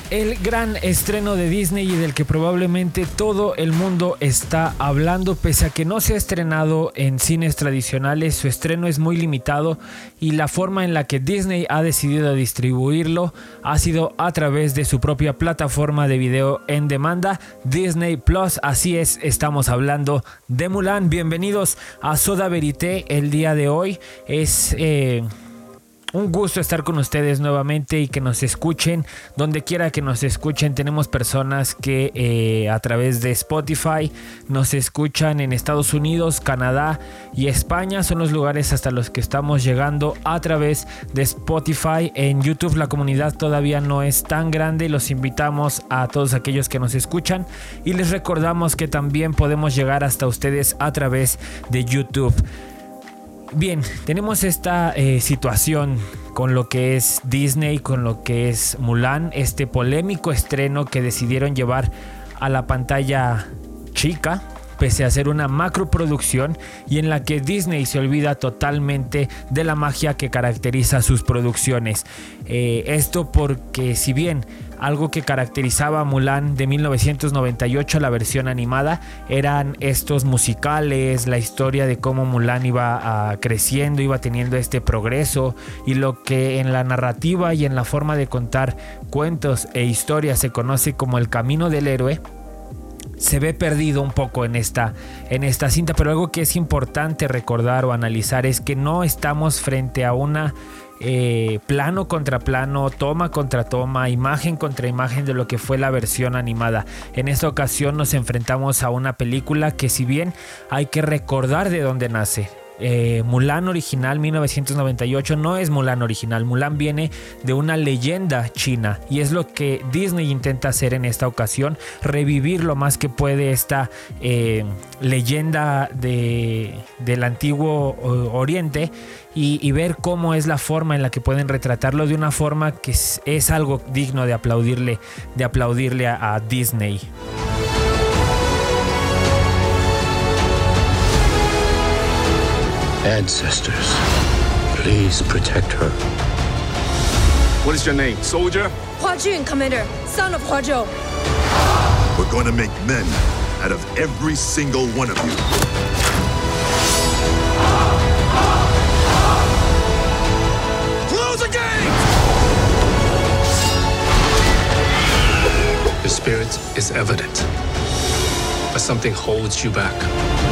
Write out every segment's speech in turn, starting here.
El gran estreno de Disney y del que probablemente todo el mundo está hablando, pese a que no se ha estrenado en cines tradicionales, su estreno es muy limitado y la forma en la que Disney ha decidido distribuirlo ha sido a través de su propia plataforma de video en demanda, Disney Plus. Así es, estamos hablando de Mulan. Bienvenidos a Soda Verité. El día de hoy es un gusto estar con ustedes nuevamente y que nos escuchen donde quiera que nos escuchen. Tenemos personas que a través de Spotify nos escuchan en Estados Unidos, Canadá y España. Son los lugares hasta los que estamos llegando a través de Spotify. En YouTube la comunidad todavía no es tan grande. Los invitamos a todos aquellos que nos escuchan y les recordamos que también podemos llegar hasta ustedes a través de YouTube. Bien, tenemos esta situación con lo que es Disney, con lo que es Mulan, este polémico estreno que decidieron llevar a la pantalla chica, pese a ser una macroproducción y en la que Disney se olvida totalmente de la magia que caracteriza sus producciones. Esto porque si bien algo que caracterizaba a Mulan de 1998, la versión animada, eran estos musicales, la historia de cómo Mulan iba creciendo, iba teniendo este progreso, y lo que en la narrativa y en la forma de contar cuentos e historias se conoce como el camino del héroe, se ve perdido un poco en esta cinta. Pero algo que es importante recordar o analizar es que no estamos frente a una plano contra plano, toma contra toma, imagen contra imagen de lo que fue la versión animada. En esta ocasión nos enfrentamos a una película que, si bien hay que recordar de dónde nace, Mulan original 1998 no es Mulan original. Mulan viene de una leyenda china y es lo que Disney intenta hacer en esta ocasión, revivir lo más que puede esta leyenda del antiguo Oriente y ver cómo es la forma en la que pueden retratarlo de una forma que es algo digno de aplaudirle a Disney. Ancestors, please protect her. What is your name, soldier? Hua Jun, Commander, son of Hua Zhou. We're going to make men out of every single one of you. Close the gate! The spirit is evident, but something holds you back.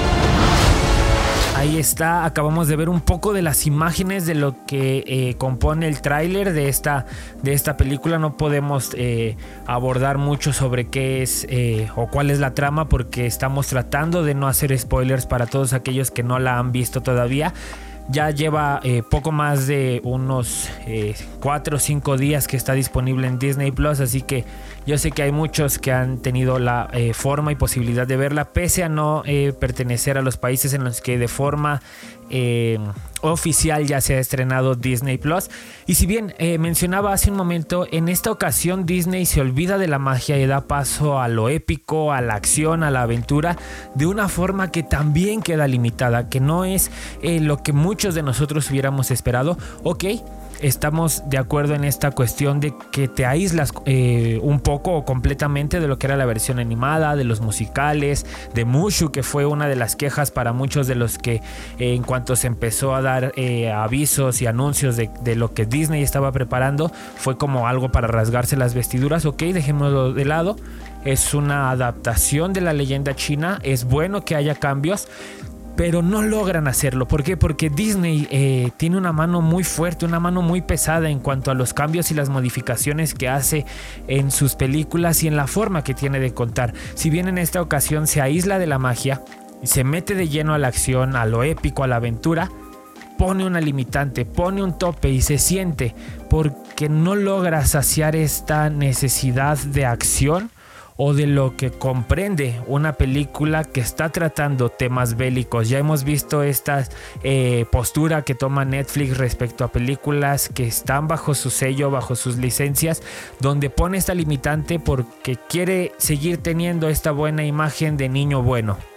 Ahí está, acabamos de ver un poco de las imágenes de lo que compone el tráiler de esta película. No podemos abordar mucho sobre qué es o cuál es la trama, porque estamos tratando de no hacer spoilers para todos aquellos que no la han visto todavía. Ya lleva poco más de unos 4 o 5 días que está disponible en Disney Plus, así que yo sé que hay muchos que han tenido la forma y posibilidad de verla, pese a no pertenecer a los países en los que de forma oficial ya se ha estrenado Disney Plus. Y si bien mencionaba hace un momento, en esta ocasión Disney se olvida de la magia y da paso a lo épico, a la acción, a la aventura, de una forma que también queda limitada, que no es lo que muchos de nosotros hubiéramos esperado. Ok, estamos de acuerdo en esta cuestión de que te aíslas un poco o completamente de lo que era la versión animada, de los musicales, de Mushu, que fue una de las quejas para muchos de los que en cuanto se empezó a dar avisos y anuncios de lo que Disney estaba preparando, fue como algo para rasgarse las vestiduras. Ok, dejémoslo de lado, es una adaptación de la leyenda china, es bueno que haya cambios, pero no logran hacerlo. ¿Por qué? Porque Disney tiene una mano muy fuerte, una mano muy pesada en cuanto a los cambios y las modificaciones que hace en sus películas y en la forma que tiene de contar. Si bien en esta ocasión se aísla de la magia, se mete de lleno a la acción, a lo épico, a la aventura, pone una limitante, pone un tope y se siente, porque no logra saciar esta necesidad de acción o de lo que comprende una película que está tratando temas bélicos. Ya hemos visto esta postura que toma Netflix respecto a películas que están bajo su sello, bajo sus licencias, donde pone esta limitante porque quiere seguir teniendo esta buena imagen de niño bueno.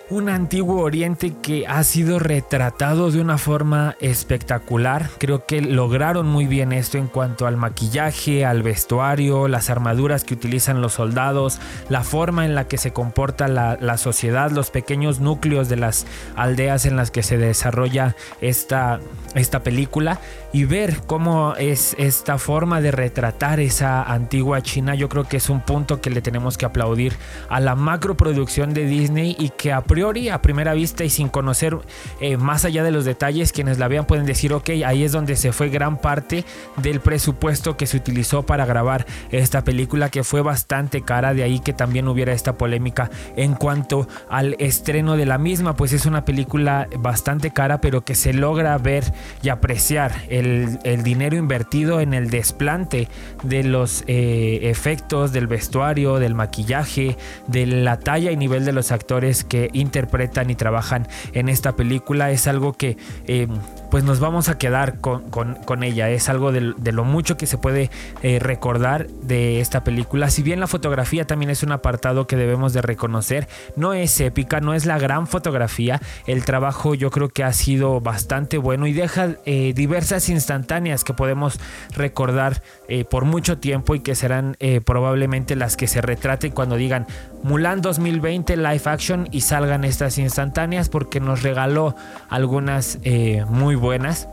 un antiguo oriente que ha sido retratado de una forma espectacular. Creo que lograron muy bien esto en cuanto al maquillaje, al vestuario, las armaduras que utilizan los soldados, la forma en la que se comporta la sociedad, los pequeños núcleos de las aldeas en las que se desarrolla esta película, y ver cómo es esta forma de retratar esa antigua China. Yo creo que es un punto que le tenemos que aplaudir a la macroproducción de Disney, y que a priori, a primera vista y sin conocer más allá de los detalles, quienes la vean pueden decir ok, ahí es donde se fue gran parte del presupuesto que se utilizó para grabar esta película, que fue bastante cara. De ahí que también hubiera esta polémica en cuanto al estreno de la misma, pues es una película bastante cara, pero que se logra ver y apreciar el dinero invertido en el desplante de los efectos, del vestuario, del maquillaje, de la talla y nivel de los actores que interpretan y trabajan en esta película. Es algo que pues nos vamos a quedar con ella. Es algo de lo mucho que se puede recordar de esta película. Si bien la fotografía también es un apartado que debemos de reconocer, no es épica, no es la gran fotografía. El trabajo yo creo que ha sido bastante bueno y deja diversas instantáneas que podemos recordar por mucho tiempo, y que serán probablemente las que se retraten cuando digan Mulan 2020 live action y salgan estas instantáneas, porque nos regaló algunas muy buenas.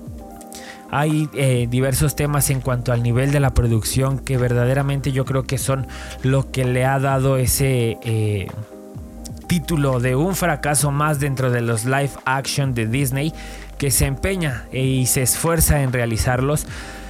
Hay diversos temas en cuanto al nivel de la producción que verdaderamente yo creo que son lo que le ha dado ese título de un fracaso más dentro de los live action de Disney, que se empeña y se esfuerza en realizarlos.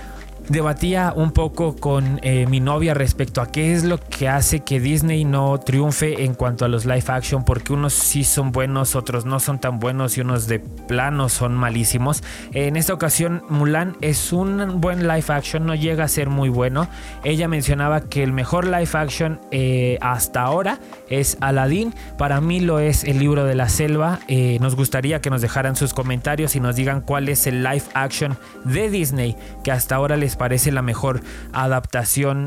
Debatía un poco con mi novia respecto a qué es lo que hace que Disney no triunfe en cuanto a los live action, porque unos sí son buenos, otros no son tan buenos y unos de plano son malísimos. En esta ocasión Mulan es un buen live action, no llega a ser muy bueno. Ella mencionaba que el mejor live action hasta ahora es Aladdin. Para mí lo es El Libro de la Selva. Nos gustaría que nos dejaran sus comentarios y nos digan cuál es el live action de Disney que hasta ahora les parece la mejor adaptación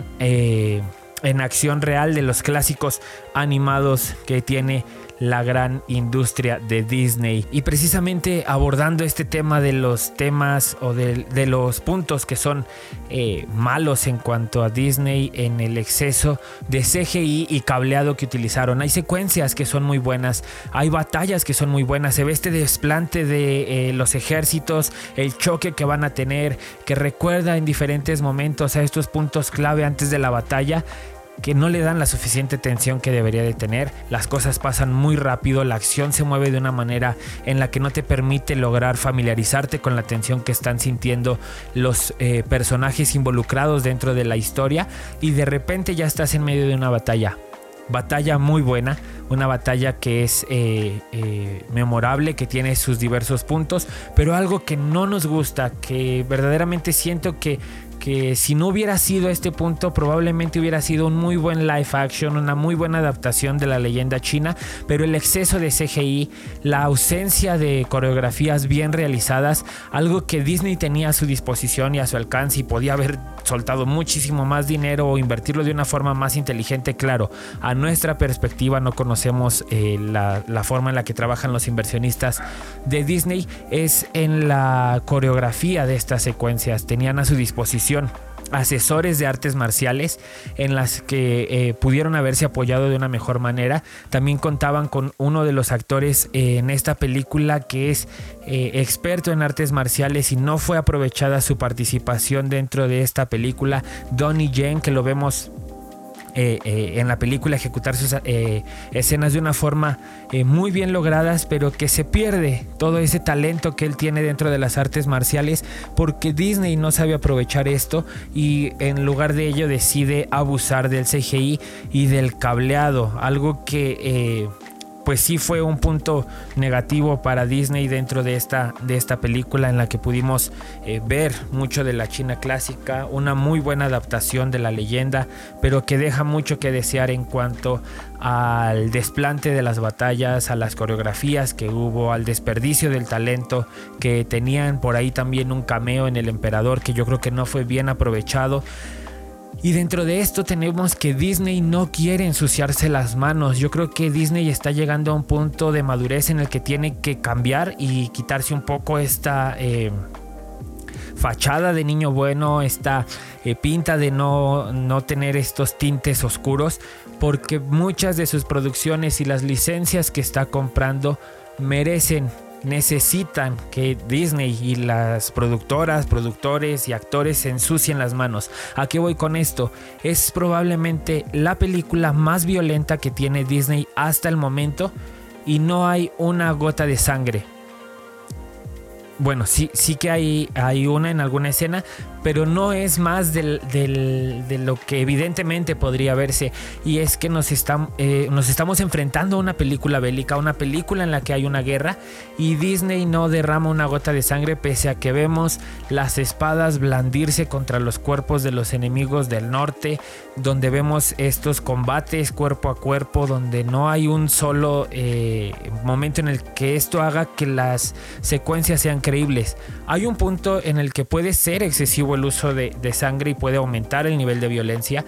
en acción real de los clásicos animados que tiene la gran industria de Disney. Y precisamente abordando este tema de los temas o de los puntos que son malos en cuanto a Disney, en el exceso de CGI y cableado que utilizaron. Hay secuencias que son muy buenas, hay batallas que son muy buenas, se ve este desplante de los ejércitos, el choque que van a tener, que recuerda en diferentes momentos a estos puntos clave antes de la batalla, que no le dan la suficiente tensión que debería de tener. Las cosas pasan muy rápido, la acción se mueve de una manera en la que no te permite lograr familiarizarte con la tensión que están sintiendo los personajes involucrados dentro de la historia, y de repente ya estás en medio de una batalla muy buena, una batalla que es memorable, que tiene sus diversos puntos, pero algo que no nos gusta, que verdaderamente siento que si no hubiera sido este punto, probablemente hubiera sido un muy buen live action, una muy buena adaptación de la leyenda china, pero el exceso de CGI, la ausencia de coreografías bien realizadas, algo que Disney tenía a su disposición y a su alcance, y podía haber soltado muchísimo más dinero o invertirlo de una forma más inteligente. Claro, a nuestra perspectiva no conocemos la forma en la que trabajan los inversionistas de Disney, es en la coreografía de estas secuencias. Tenían a su disposición asesores de artes marciales en las que pudieron haberse apoyado de una mejor manera. También contaban con uno de los actores en esta película que es experto en artes marciales, y no fue aprovechada su participación dentro de esta película. Donnie Yen, que lo vemos en la película ejecutar sus escenas de una forma muy bien logradas, pero que se pierde todo ese talento que él tiene dentro de las artes marciales, porque Disney no sabe aprovechar esto, y en lugar de ello decide abusar del CGI y del cableado, algo que pues sí fue un punto negativo para Disney dentro de esta película, en la que pudimos ver mucho de la China clásica, una muy buena adaptación de la leyenda, pero que deja mucho que desear en cuanto al desplante de las batallas, a las coreografías que hubo, al desperdicio del talento que tenían. Por ahí también un cameo en el emperador que yo creo que no fue bien aprovechado. Y dentro de esto tenemos que Disney no quiere ensuciarse las manos. Yo creo que Disney está llegando a un punto de madurez en el que tiene que cambiar y quitarse un poco esta fachada de niño bueno, esta pinta de no tener estos tintes oscuros, porque muchas de sus producciones y las licencias que está comprando necesitan que Disney y las productoras, productores y actores se ensucien las manos. ¿A qué voy con esto? Es probablemente la película más violenta que tiene Disney hasta el momento y no hay una gota de sangre. Bueno, sí que hay una en alguna escena, pero no es más de lo que evidentemente podría verse. Y es que nos estamos enfrentando a una película bélica, una película en la que hay una guerra, y Disney no derrama una gota de sangre, pese a que vemos las espadas blandirse contra los cuerpos de los enemigos del norte, donde vemos estos combates cuerpo a cuerpo, donde no hay un solo momento en el que esto haga que las secuencias sean creíbles. Hay un punto en el que puede ser excesivo el uso de sangre y puede aumentar el nivel de violencia,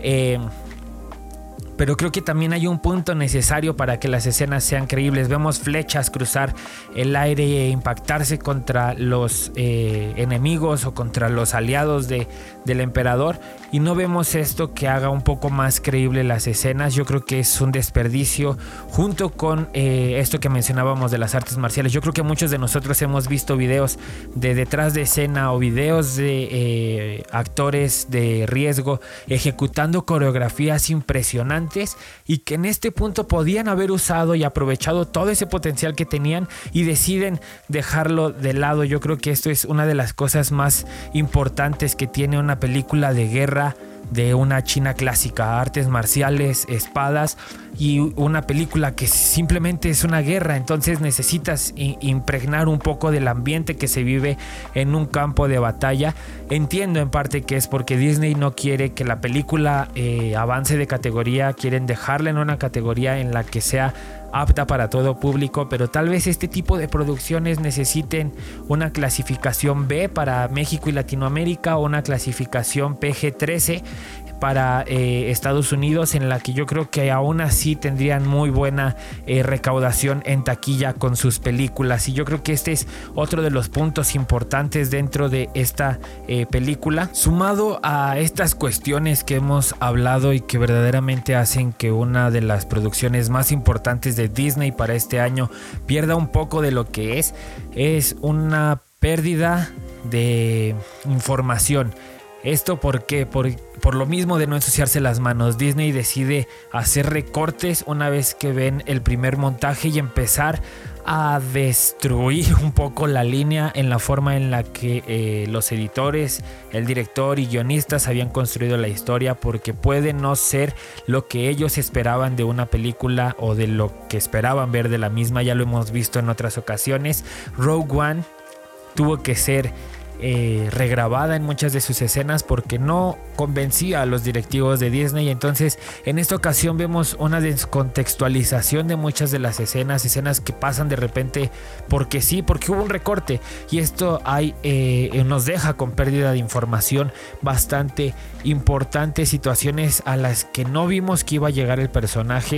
pero creo que también hay un punto necesario para que las escenas sean creíbles. Vemos flechas cruzar el aire e impactarse contra los enemigos o contra los aliados del emperador, y no vemos esto que haga un poco más creíble las escenas. Yo creo que es un desperdicio, junto con esto que mencionábamos de las artes marciales. Yo creo que muchos de nosotros hemos visto videos de detrás de escena o videos de actores de riesgo ejecutando coreografías impresionantes, y que en este punto podían haber usado y aprovechado todo ese potencial que tenían y deciden dejarlo de lado. Yo creo que esto es una de las cosas más importantes que tiene una película de guerra de una China clásica: artes marciales, espadas, y una película que simplemente es una guerra. Entonces necesitas impregnar un poco del ambiente que se vive en un campo de batalla. Entiendo en parte que es porque Disney no quiere que la película avance de categoría, quieren dejarla en una categoría en la que sea apta para todo público, pero tal vez este tipo de producciones necesiten una clasificación B para México y Latinoamérica, o una clasificación PG-13 para Estados Unidos, en la que yo creo que aún así tendrían muy buena recaudación en taquilla con sus películas. Y yo creo que este es otro de los puntos importantes dentro de esta película, sumado a estas cuestiones que hemos hablado y que verdaderamente hacen que una de las producciones más importantes de Disney para este año pierda un poco de lo que es una pérdida de información. ¿Esto por qué? Por lo mismo de no ensuciarse las manos. Disney decide hacer recortes una vez que ven el primer montaje y empezar a destruir un poco la línea en la forma en la que los editores, el director y guionistas habían construido la historia, porque puede no ser lo que ellos esperaban de una película o de lo que esperaban ver de la misma. Ya lo hemos visto en otras ocasiones. Rogue One tuvo que ser regrabada en muchas de sus escenas porque no convencía a los directivos de Disney. Entonces en esta ocasión vemos una descontextualización de muchas de las escenas que pasan de repente porque sí, porque hubo un recorte, y esto nos deja con pérdida de información bastante importante, situaciones a las que no vimos que iba a llegar el personaje.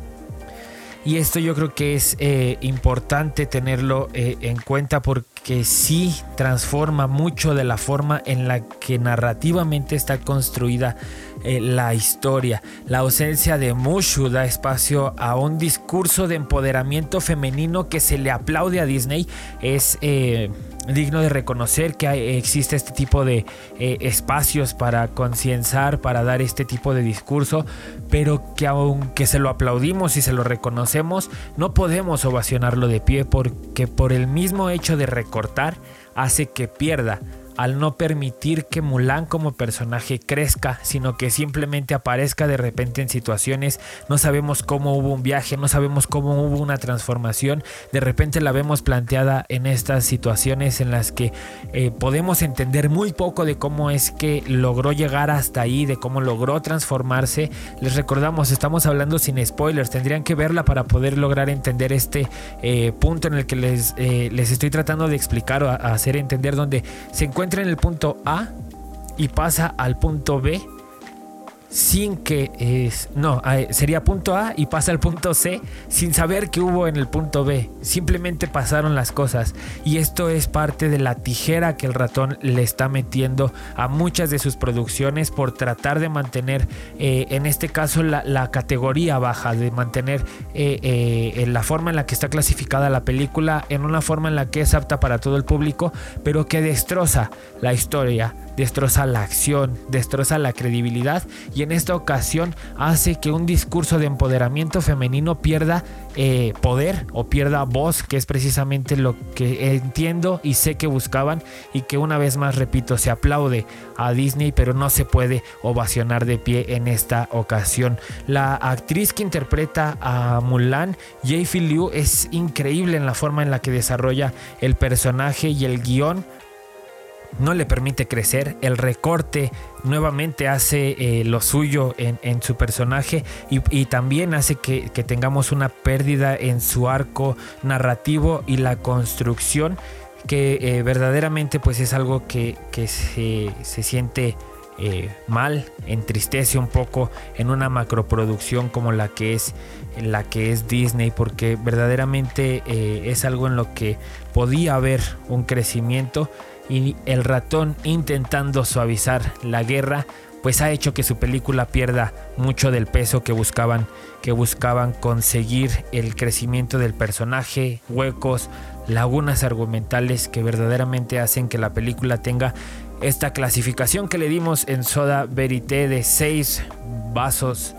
Y esto yo creo que es importante tenerlo en cuenta, porque sí transforma mucho de la forma en la que narrativamente está construida la historia. La ausencia de Mushu da espacio a un discurso de empoderamiento femenino que se le aplaude a Disney. Es digno de reconocer que existe este tipo de espacios para concienciar, para dar este tipo de discurso, pero que aunque se lo aplaudimos y se lo reconocemos, no podemos ovacionarlo de pie, porque por el mismo hecho de recortar hace que pierda, al no permitir que Mulan como personaje crezca, sino que simplemente aparezca de repente en situaciones. No sabemos cómo hubo un viaje, no sabemos cómo hubo una transformación. De repente la vemos planteada en estas situaciones en las que podemos entender muy poco de cómo es que logró llegar hasta ahí, de cómo logró transformarse. Les recordamos, estamos hablando sin spoilers, tendrían que verla para poder lograr entender este punto en el que les estoy tratando de explicar o hacer entender, donde se encuentra en el punto A y pasa al punto B sin que sería punto A y pasa al punto C sin saber qué hubo en el punto B. Simplemente pasaron las cosas, y esto es parte de la tijera que el ratón le está metiendo a muchas de sus producciones por tratar de mantener en este caso la categoría baja, de mantener la forma en la que está clasificada la película en una forma en la que es apta para todo el público, pero que destroza la historia, destroza la acción, destroza la credibilidad, y en esta ocasión hace que un discurso de empoderamiento femenino pierda poder o pierda voz, que es precisamente lo que entiendo y sé que buscaban, y que una vez más, repito, se aplaude a Disney, pero no se puede ovacionar de pie en esta ocasión. La actriz que interpreta a Mulan, Jie-Fi Liu, es increíble en la forma en la que desarrolla el personaje, y el guión no le permite crecer. El recorte nuevamente hace lo suyo en su personaje, y también hace que tengamos una pérdida en su arco narrativo y la construcción, que verdaderamente pues es algo que se siente mal, entristece un poco en una macroproducción como la que es Disney, porque verdaderamente es algo en lo que podía haber un crecimiento, y el ratón, intentando suavizar la guerra, pues ha hecho que su película pierda mucho del peso que buscaban conseguir, el crecimiento del personaje, huecos, lagunas argumentales que verdaderamente hacen que la película tenga esta clasificación que le dimos en Soda Verité de 6 vasos,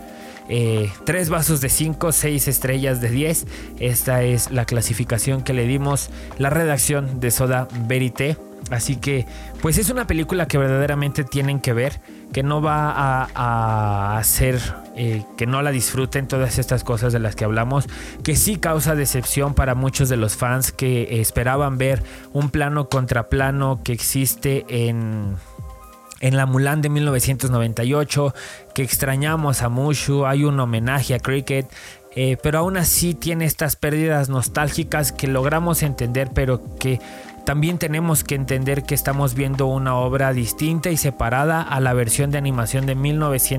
3 vasos de 5, 6 estrellas de 10. Esta es la clasificación que le dimos la redacción de Soda Verité. Así que pues es una película que verdaderamente tienen que ver, que no va a hacer que no la disfruten, todas estas cosas de las que hablamos, que sí causa decepción para muchos de los fans que esperaban ver un plano contra plano que existe en la Mulan de 1998, que extrañamos a Mushu, hay un homenaje a Cricket, pero aún así tiene estas pérdidas nostálgicas que logramos entender, pero que también tenemos que entender que estamos viendo una obra distinta y separada a la versión de animación de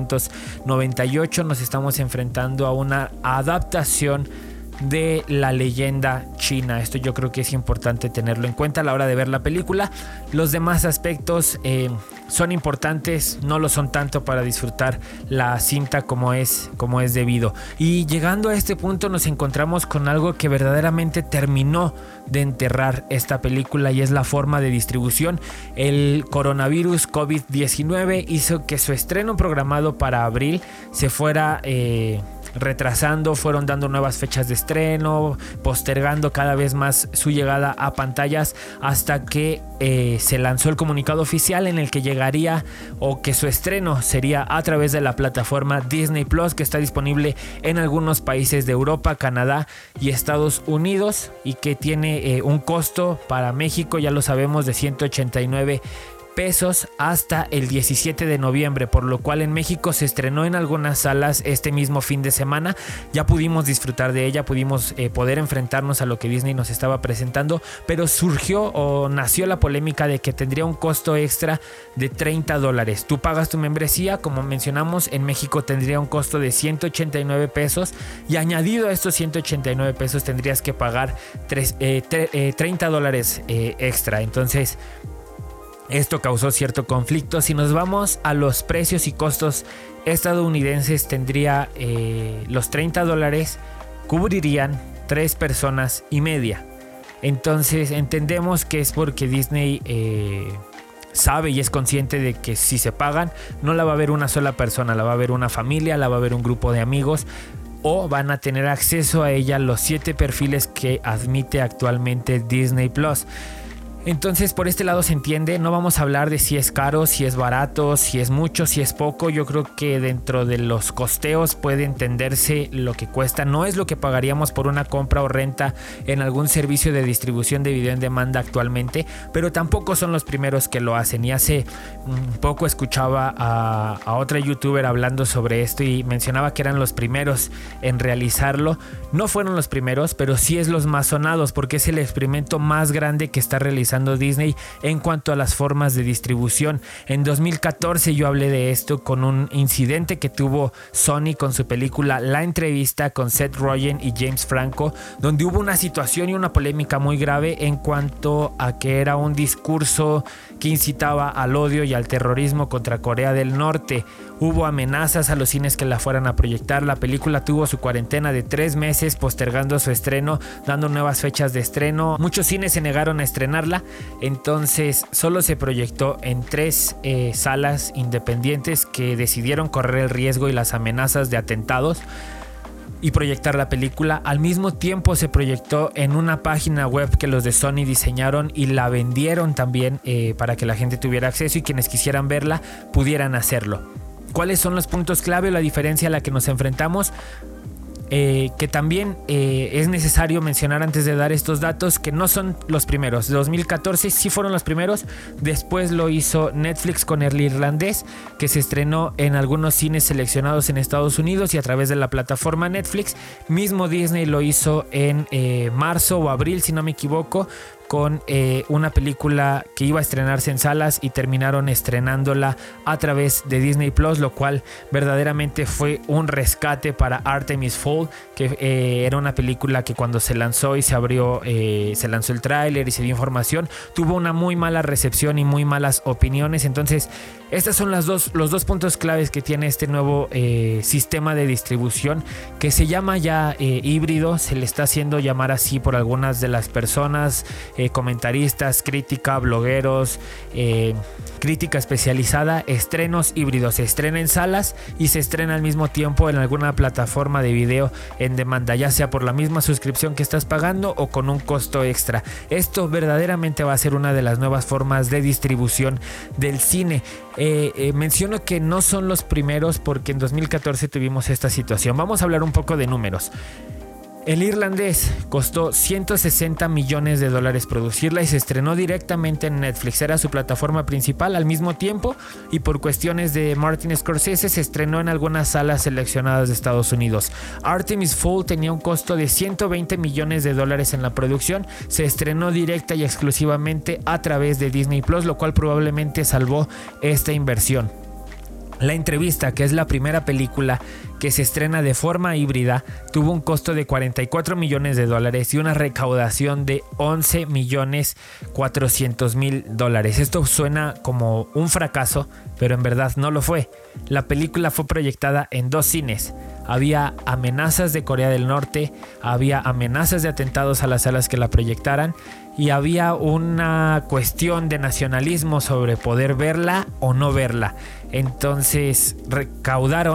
1998. Nos estamos enfrentando a una adaptación de la leyenda china. Esto yo creo que es importante tenerlo en cuenta a la hora de ver la película. Los demás aspectos son importantes, no lo son tanto para disfrutar la cinta como es debido. Y llegando a este punto nos encontramos con algo que verdaderamente terminó de enterrar esta película, y es la forma de distribución. El coronavirus COVID-19 hizo que su estreno programado para abril se fuera retrasando, fueron dando nuevas fechas de estreno, postergando cada vez más su llegada a pantallas, hasta que se lanzó el comunicado oficial en el que llegaría, o que su estreno sería a través de la plataforma Disney Plus, que está disponible en algunos países de Europa, Canadá y Estados Unidos, y que tiene un costo para México, ya lo sabemos, de 189 pesos hasta el 17 de noviembre, por lo cual en México se estrenó en algunas salas este mismo fin de semana. Ya pudimos disfrutar de ella, pudimos poder enfrentarnos a lo que Disney nos estaba presentando, pero nació la polémica de que tendría un costo extra de $30. Tú pagas tu membresía, como mencionamos, en México tendría un costo de 189 pesos, y añadido a estos 189 pesos tendrías que pagar $30 extra. Entonces esto causó cierto conflicto. Si nos vamos a los precios y costos estadounidenses, tendría los $30 cubrirían 3 personas y media. Entonces entendemos que es porque Disney sabe y es consciente de que si se pagan, no la va a ver una sola persona, la va a ver una familia, la va a ver un grupo de amigos, o van a tener acceso a ella los 7 perfiles que admite actualmente Disney Plus. Entonces por este lado se entiende, no vamos a hablar de si es caro, si es barato, si es mucho, si es poco. Yo creo que dentro de los costeos puede entenderse lo que cuesta. No es lo que pagaríamos por una compra o renta en algún servicio de distribución de video en demanda actualmente, pero tampoco son los primeros que lo hacen. Y hace un poco escuchaba a otra youtuber hablando sobre esto y mencionaba que eran los primeros en realizarlo. No fueron los primeros, pero sí es los más sonados, porque es el experimento más grande que está realizando utilizando Disney en cuanto a las formas de distribución. En 2014 yo hablé de esto con un incidente que tuvo Sony con su película La Entrevista con Seth Rogen y James Franco, donde hubo una situación y una polémica muy grave en cuanto a que era un discurso que incitaba al odio y al terrorismo contra Corea del Norte. Hubo amenazas a los cines que la fueran a proyectar. La película tuvo su cuarentena de 3 meses, postergando su estreno, dando nuevas fechas de estreno. Muchos cines se negaron a estrenarla, entonces solo se proyectó en 3 salas independientes que decidieron correr el riesgo y las amenazas de atentados y proyectar la película. Al mismo tiempo se proyectó en una página web que los de Sony diseñaron y la vendieron también para que la gente tuviera acceso y quienes quisieran verla pudieran hacerlo. ¿Cuáles son los puntos clave o la diferencia a la que nos enfrentamos? Que también es necesario mencionar antes de dar estos datos que no son los primeros. 2014 sí fueron los primeros, después lo hizo Netflix con El Irlandés, que se estrenó en algunos cines seleccionados en Estados Unidos y a través de la plataforma Netflix. Mismo Disney lo hizo en marzo o abril, si no me equivoco, con una película que iba a estrenarse en salas y terminaron estrenándola a través de Disney Plus, lo cual verdaderamente fue un rescate para Artemis Fowl, que era una película que cuando se lanzó y se lanzó el tráiler y se dio información, tuvo una muy mala recepción y muy malas opiniones. Entonces estos son los dos puntos claves que tiene este nuevo sistema de distribución, que se llama ya híbrido. Se le está haciendo llamar así por algunas de las personas, comentaristas, crítica, blogueros, crítica especializada. Estrenos híbridos: se estrena en salas y se estrena al mismo tiempo en alguna plataforma de video en demanda, ya sea por la misma suscripción que estás pagando o con un costo extra. Esto verdaderamente va a ser una de las nuevas formas de distribución del cine. Menciono que no son los primeros porque en 2014 tuvimos esta situación. Vamos a hablar un poco de números. El Irlandés costó $160 millones producirla y se estrenó directamente en Netflix. Era su plataforma principal al mismo tiempo, y por cuestiones de Martin Scorsese se estrenó en algunas salas seleccionadas de Estados Unidos. Artemis Fowl tenía un costo de $120 millones en la producción. Se estrenó directa y exclusivamente a través de Disney Plus, lo cual probablemente salvó esta inversión. La Entrevista, que es la primera película que se estrena de forma híbrida, tuvo un costo de $44 millones y una recaudación de $11.400.000. Esto suena como un fracaso, pero en verdad no lo fue. La película fue proyectada en 2 cines. Había amenazas de Corea del Norte, había amenazas de atentados a las salas que la proyectaran, y había una cuestión de nacionalismo sobre poder verla o no verla. Entonces, recaudar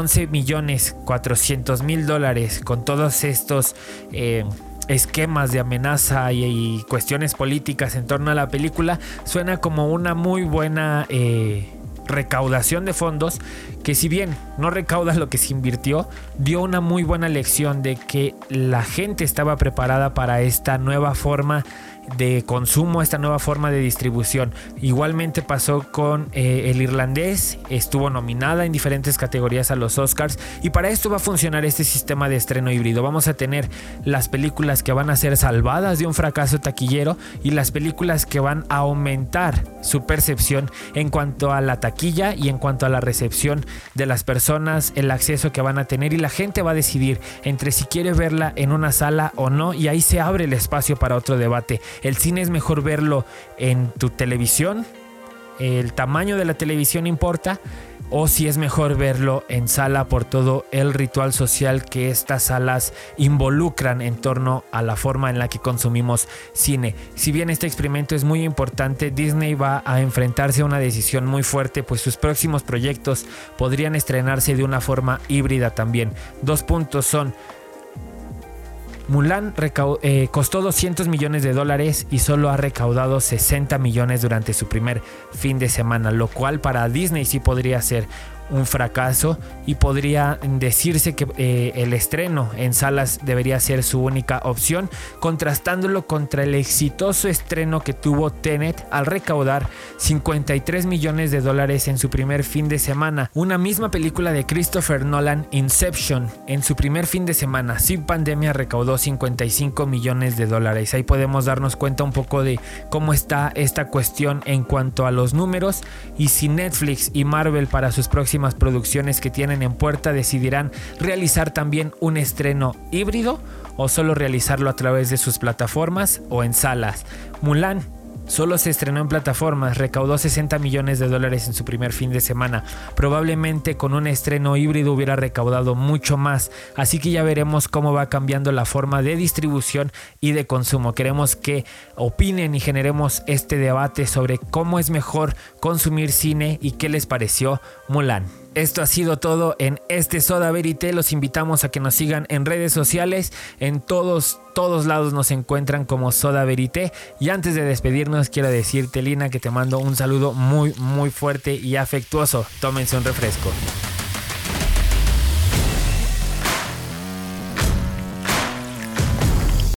$11.400.000 con todos estos esquemas de amenaza y cuestiones políticas en torno a la película suena como una muy buena recaudación de fondos, que si bien no recauda lo que se invirtió, dio una muy buena lección de que la gente estaba preparada para esta nueva forma de consumo, esta nueva forma de distribución. Igualmente pasó con El Irlandés, estuvo nominada en diferentes categorías a los Oscars, y para esto va a funcionar este sistema de estreno híbrido. Vamos a tener las películas que van a ser salvadas de un fracaso taquillero y las películas que van a aumentar su percepción en cuanto a la taquilla y en cuanto a la recepción de las personas, el acceso que van a tener, y la gente va a decidir entre si quiere verla en una sala o no, y ahí se abre el espacio para otro debate. El cine es mejor verlo en tu televisión, el tamaño de la televisión importa, o si es mejor verlo en sala por todo el ritual social que estas salas involucran en torno a la forma en la que consumimos cine. Si bien este experimento es muy importante, Disney va a enfrentarse a una decisión muy fuerte, pues sus próximos proyectos podrían estrenarse de una forma híbrida también. 2 puntos son: Mulan costó $200 millones y solo ha recaudado $60 millones durante su primer fin de semana, lo cual para Disney sí podría ser un fracaso y podría decirse que el estreno en salas debería ser su única opción, contrastándolo contra el exitoso estreno que tuvo Tenet al recaudar $53 millones en su primer fin de semana. Una misma película de Christopher Nolan, Inception, en su primer fin de semana sin pandemia recaudó $55 millones. Ahí podemos darnos cuenta un poco de cómo está esta cuestión en cuanto a los números, y si Netflix y Marvel para sus próximas producciones que tienen en puerta decidirán realizar también un estreno híbrido o solo realizarlo a través de sus plataformas o en salas. Mulan solo se estrenó en plataformas, recaudó $60 millones en su primer fin de semana. Probablemente con un estreno híbrido hubiera recaudado mucho más, así que ya veremos cómo va cambiando la forma de distribución y de consumo. Queremos que opinen y generemos este debate sobre cómo es mejor consumir cine y qué les pareció Mulan. Esto ha sido todo en este Soda Verité. Los invitamos a que nos sigan en redes sociales. En todos lados nos encuentran como Soda Verité. Y antes de despedirnos, quiero decirte, Lina, que te mando un saludo muy fuerte y afectuoso. Tómense un refresco.